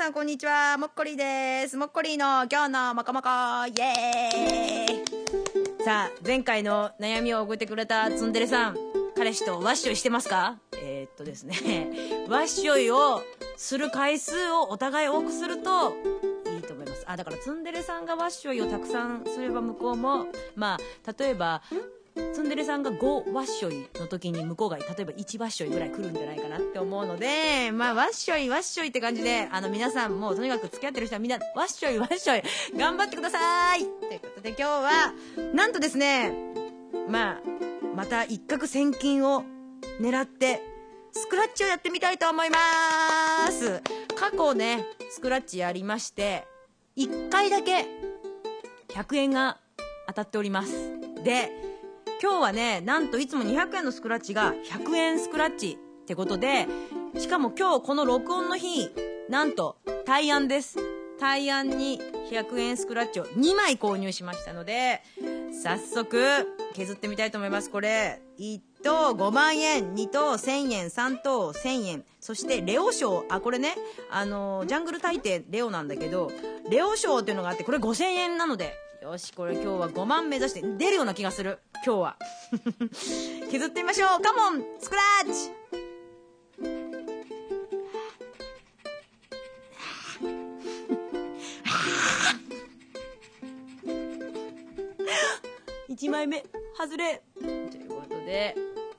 さんこんにちは、もっこりです。もっこりの今日のもこもこイエーイ。さあ、前回の悩みを送ってくれたツンデレさん、彼氏とワッショイしてますか？ですね、ワッショイをする回数をお互い多くするといいと思います。だからツンデレさんがワッショイをたくさんすれば向こうも、例えばツンデレさんが5ワッショイの時に向こうが例えば1ワッショイぐらい来るんじゃないかなって思うので、ワッショイって感じで、皆さんもとにかく付き合ってる人はみんなワッショイ頑張ってくださいということで、今日はなんとですね、また一攫千金を狙ってスクラッチをやってみたいと思います。過去ね、スクラッチやりまして、1回だけ100円が当たっております。で、今日はね、なんといつも200円のスクラッチが100円スクラッチってことで、しかも今日この録音の日、なんと対案です。対案に100円スクラッチを2枚購入しましたので、早速削ってみたいと思います。これ1等5万円、2等1000円、3等1000円、そしてレオ賞、これね、ジャングル大帝レオなんだけど、レオ賞っていうのがあって、これ5000円なので、よし、これ今日は5万目指して出るような気がする。今日は削ってみましょう。カモンスクラッチ。1枚目外れということで、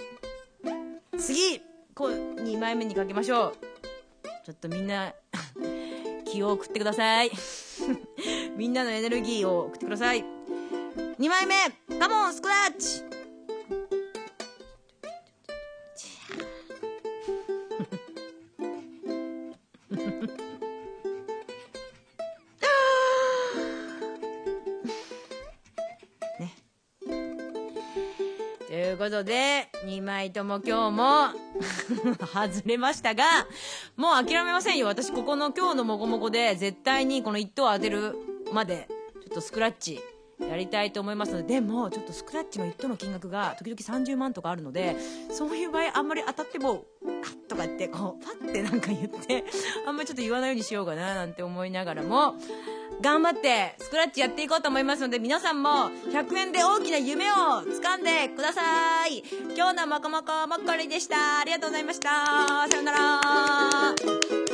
次2枚目にかけましょう。ちょっとみんな気を送ってくださいみんなのエネルギーを送ってください。2枚目カモンスクラッチね。ということで2枚とも今日も外れましたが、もう諦めませんよ。私ここの今日のもこもこで絶対にこの1等を当てるまでちょっとスクラッチやりたいと思いますので、でもちょっとスクラッチの1等の金額が時々30万とかあるので、そういう場合あんまり当たってもカッとかってこうパッてなんか言ってあんまりちょっと言わないようにしようかななんて思いながらも頑張ってスクラッチやっていこうと思いますので、皆さんも100円で大きな夢を掴んでください。今日のもこもこもっこりでした。ありがとうございました。さよなら。